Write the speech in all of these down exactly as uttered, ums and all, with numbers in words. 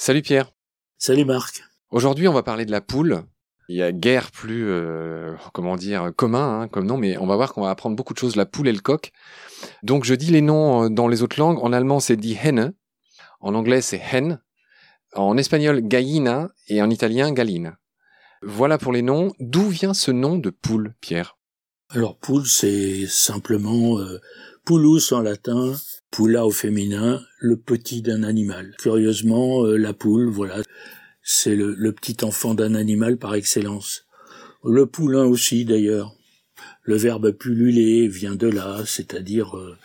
Salut Pierre. Salut Marc. Aujourd'hui, on va parler de la poule. Il y a guère plus, euh, comment dire, commun hein, comme nom, mais on va voir qu'on va apprendre beaucoup de choses, la poule et le coq. Donc, je dis les noms dans les autres langues. En allemand, c'est die Henne. En anglais, c'est hen. En espagnol, gallina. Et en italien, gallina. Voilà pour les noms. D'où vient ce nom de poule, Pierre ? Alors, poule, c'est simplement euh, poulus en latin, pula au féminin, le petit d'un animal. Curieusement, euh, la poule, voilà, c'est le, le petit enfant d'un animal par excellence. Le poulain aussi, d'ailleurs. Le verbe pulluler vient de là, c'est-à-dire euh,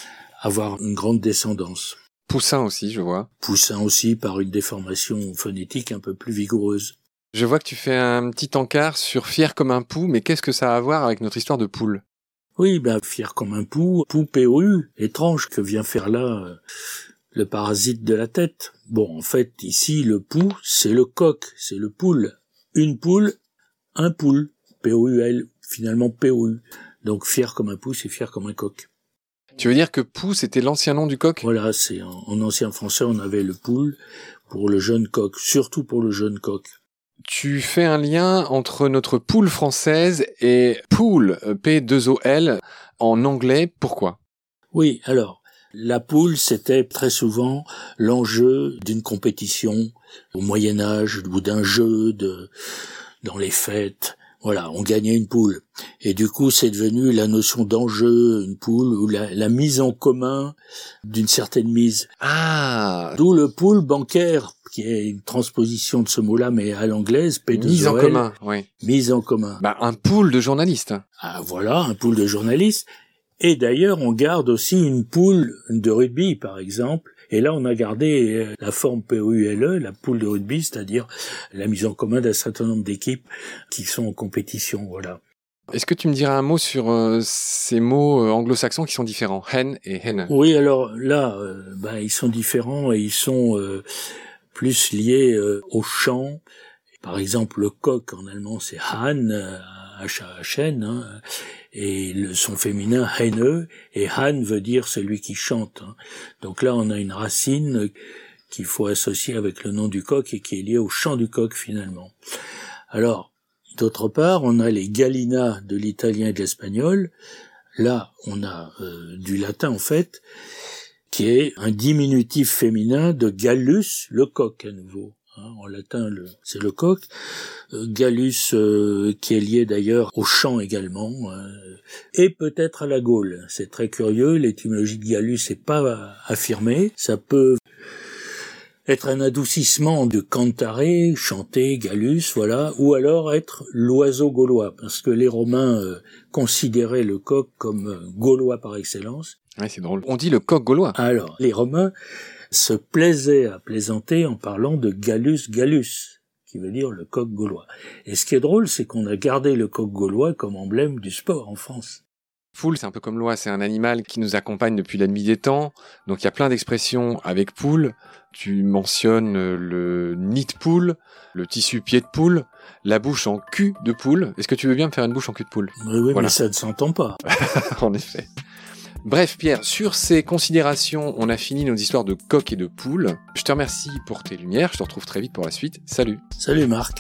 avoir une grande descendance. Poussin aussi, je vois. Poussin aussi, par une déformation phonétique un peu plus vigoureuse. Je vois que tu fais un petit encart sur fier comme un pou, mais qu'est-ce que ça a à voir avec notre histoire de poule ? Oui, ben fier comme un pou, pou P O U, étrange que vient faire là euh, le parasite de la tête. Bon, en fait, ici, le pou, c'est le coq, c'est le poule. Une poule, un poule, P O U L, finalement P O U. Donc fier comme un pou, c'est fier comme un coq. Tu veux dire que pou, c'était l'ancien nom du coq ? Voilà, c'est en, en ancien français, on avait le poule pour le jeune coq, surtout pour le jeune coq. Tu fais un lien entre notre poule française et poule, P deux O L, en anglais. Pourquoi ? Oui, alors, la poule, c'était très souvent l'enjeu d'une compétition au Moyen-Âge ou d'un jeu de, dans les fêtes. Voilà, on gagnait une poule. Et du coup, c'est devenu la notion d'enjeu, une poule, ou la, la mise en commun d'une certaine mise. Ah, D'où le pool bancaire, qui est une transposition de ce mot-là, mais à l'anglaise, P deux O L. mise en commun, oui. Mise en commun. Bah, un pool de journalistes. Ah, voilà, un pool de journalistes. Et d'ailleurs, on garde aussi une poule de rugby, par exemple. Et là, on a gardé la forme P O U L E, la poule de rugby, c'est-à-dire la mise en commun d'un certain nombre d'équipes qui sont en compétition, voilà. Est-ce que tu me diras un mot sur euh, ces mots euh, anglo-saxons qui sont différents, hen et hen ? Oui, alors là, euh, ben, ils sont différents et ils sont euh, plus liés euh, au chant. Par exemple, le coq en allemand, c'est Hahn, H A H N, hein, et le, son féminin, Henne, et Hahn veut dire celui qui chante. Hein. Donc là, on a une racine qu'il faut associer avec le nom du coq et qui est liée au chant du coq, finalement. Alors, d'autre part, on a les gallina de l'italien et de l'espagnol. Là, on a euh, du latin, en fait, qui est un diminutif féminin de gallus, le coq, à nouveau. Hein, en latin, le, c'est le coq. Euh, gallus, euh, qui est lié d'ailleurs au chant également, euh, et peut-être à la Gaule. C'est très curieux, l'étymologie de gallus n'est pas affirmée. Ça peut être un adoucissement de cantare, chanter, gallus, voilà, ou alors être l'oiseau gaulois, parce que les Romains euh, considéraient le coq comme euh, gaulois par excellence. Ouais, c'est drôle. On dit le coq gaulois. Alors, les Romains se plaisaient à plaisanter en parlant de Gallus Gallus, qui veut dire le coq gaulois. Et ce qui est drôle, c'est qu'on a gardé le coq gaulois comme emblème du sport en France. Poule, c'est un peu comme l'oie, c'est un animal qui nous accompagne depuis la nuit des temps. Donc il y a plein d'expressions avec poule. Tu mentionnes le nid de poule, le tissu pied de poule, la bouche en cul de poule. Est-ce que tu veux bien me faire une bouche en cul de poule ? Oui, oui, voilà. Mais ça ne s'entend pas. En effet. Bref, Pierre, sur ces considérations, on a fini nos histoires de coq et de poule. Je te remercie pour tes lumières. Je te retrouve très vite pour la suite. Salut. Salut Marc.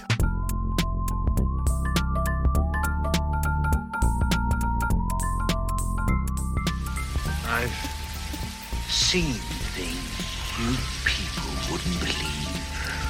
I've seen things you people wouldn't believe.